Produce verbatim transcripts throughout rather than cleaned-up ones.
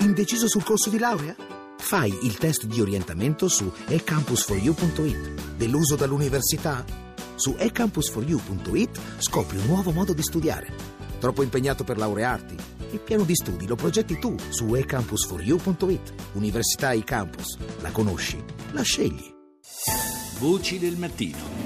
Indeciso sul corso di laurea? Fai il test di orientamento su e campus for you punto it. Deluso dall'università? Su e campus for you punto it scopri un nuovo modo di studiare. Troppo impegnato per laurearti? Il piano di studi lo progetti tu su e campus for you punto it. Università eCampus. La conosci? La scegli. Voci del mattino.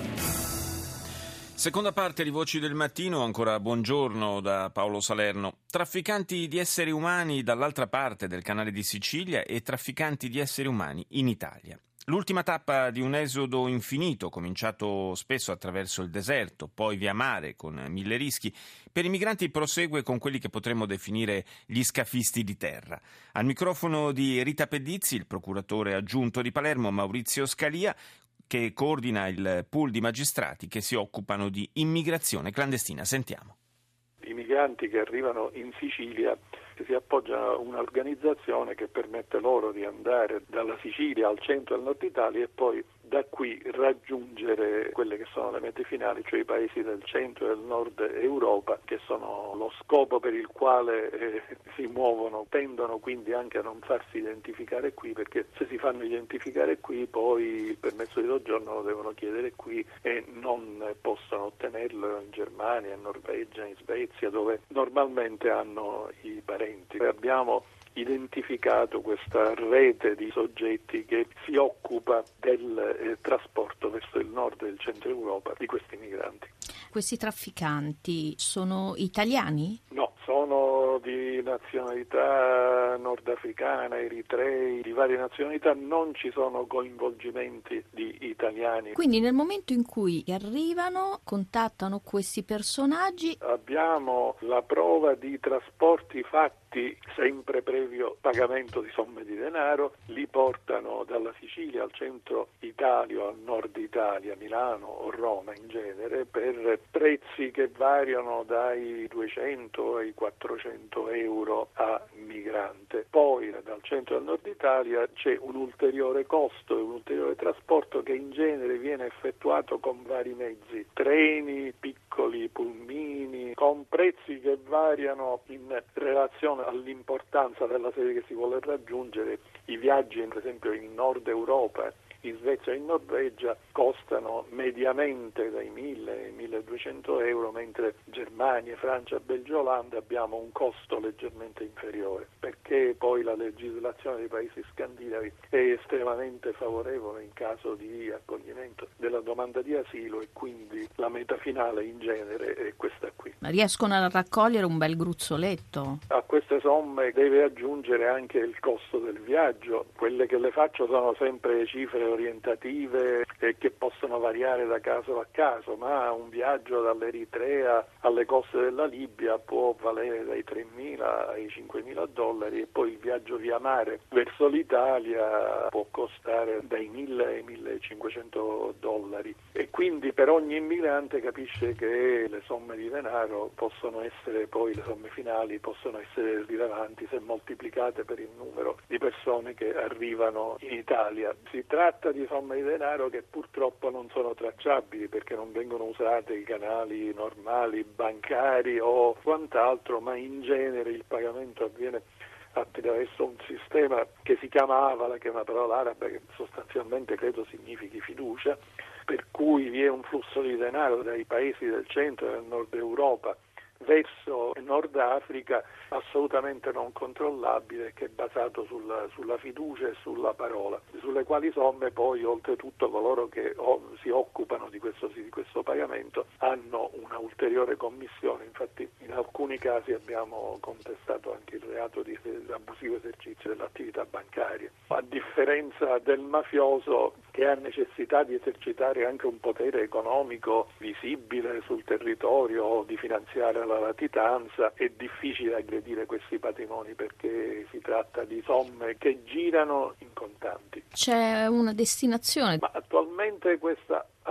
Seconda parte di Voci del Mattino, ancora buongiorno da Paolo Salerno. Trafficanti di esseri umani dall'altra parte del canale di Sicilia e trafficanti di esseri umani in Italia. L'ultima tappa di un esodo infinito, cominciato spesso attraverso il deserto, poi via mare con mille rischi, per i migranti prosegue con quelli che potremmo definire gli scafisti di terra. Al microfono di Rita Pedizzi, il procuratore aggiunto di Palermo Maurizio Scalia, che coordina il pool di magistrati che si occupano di immigrazione clandestina. Sentiamo. I migranti che arrivano in Sicilia si appoggiano a un'organizzazione che permette loro di andare dalla Sicilia al centro e al nord Italia e poi da qui raggiungere quelle che sono le mete finali, cioè i paesi del centro e del nord Europa, che sono lo scopo per il quale eh, si muovono. Tendono quindi anche a non farsi identificare qui, perché se si fanno identificare qui poi il permesso di soggiorno lo devono chiedere qui e non possono ottenerlo in Germania, in Norvegia, in Svezia, dove normalmente hanno i parenti. Abbiamo identificato questa rete di soggetti che si occupa del eh, trasporto verso il nord e il centro Europa di questi migranti. Questi trafficanti sono italiani? No, sono di nazionalità nordafricana, eritrei, di varie nazionalità, non ci sono coinvolgimenti di italiani. Quindi nel momento in cui arrivano, contattano questi personaggi? Abbiamo la prova di trasporti fatti sempre previo pagamento di somme di denaro, li portano dalla Sicilia al centro Italia o al nord Italia, Milano o Roma in genere, per prezzi che variano dai duecento ai quattrocento euro a migrante. Poi dal centro al nord Italia c'è un ulteriore costo e un ulteriore trasporto che in genere viene effettuato con vari mezzi, treni, piccoli pulmini, con prezzi che variano in relazione all'importanza della sede che si vuole raggiungere. I viaggi, per esempio in Nord Europa, in Svezia e in Norvegia, costano mediamente dai mille ai milleduecento euro, mentre Germania, Francia, Belgio, Olanda abbiamo un costo leggermente inferiore, perché poi la legislazione dei paesi scandinavi è estremamente favorevole in caso di accoglimento della domanda di asilo e quindi la meta finale in genere è questa qui. Ma riescono a raccogliere un bel gruzzoletto? A queste somme deve aggiungere anche il costo del viaggio. Quelle che le faccio sono sempre cifre orientative e che possono variare da caso a caso, ma un viaggio dall'Eritrea alle coste della Libia può valere dai tremila ai cinquemila dollari e poi il viaggio via mare verso l'Italia può costare dai mille ai millecinquecento dollari e quindi per ogni immigrante capisce che le somme di denaro possono essere poi, le somme finali possono essere rilevanti se moltiplicate per il numero di persone che arrivano in Italia. Si tratta di somme di denaro che purtroppo non sono tracciabili perché non vengono usate i canali normali, bancari o quant'altro, ma in genere il pagamento avviene attraverso un sistema che si chiama Avala, che è una parola araba che sostanzialmente credo significhi fiducia, per cui vi è un flusso di denaro dai paesi del centro e del nord Europa verso il Nord Africa assolutamente non controllabile, che è basato sulla, sulla fiducia e sulla parola, sulle quali somme poi oltretutto coloro che o, si occupano di questo, di questo pagamento hanno una ulteriore commissione. Infatti in alcuni casi abbiamo contestato anche il reato di abusivo esercizio dell'attività bancaria. A differenza del mafioso, che ha necessità di esercitare anche un potere economico visibile sul territorio o di finanziare la latitanza, è difficile aggredire questi patrimoni perché si tratta di somme che girano in contanti. C'è una destinazione? Ma attualmente questa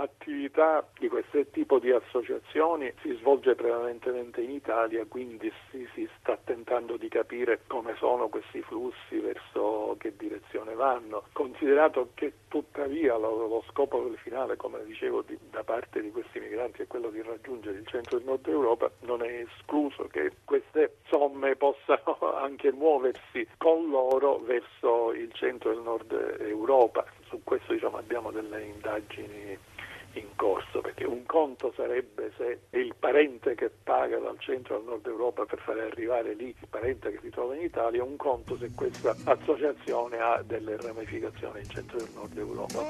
l'attività di questo tipo di associazioni si svolge prevalentemente in Italia, quindi si, si sta tentando di capire come sono questi flussi, verso che direzione vanno, considerato che tuttavia lo, lo scopo finale, come dicevo, di, da parte di questi migranti è quello di raggiungere il centro e il nord Europa. Non è escluso che queste somme possano anche muoversi con loro verso il centro e il nord Europa. Su questo diciamo abbiamo delle indagini in corso, perché un conto sarebbe se è il parente che paga dal centro al nord Europa per fare arrivare lì il parente che si trova in Italia, un conto se questa associazione ha delle ramificazioni in centro e nord Europa.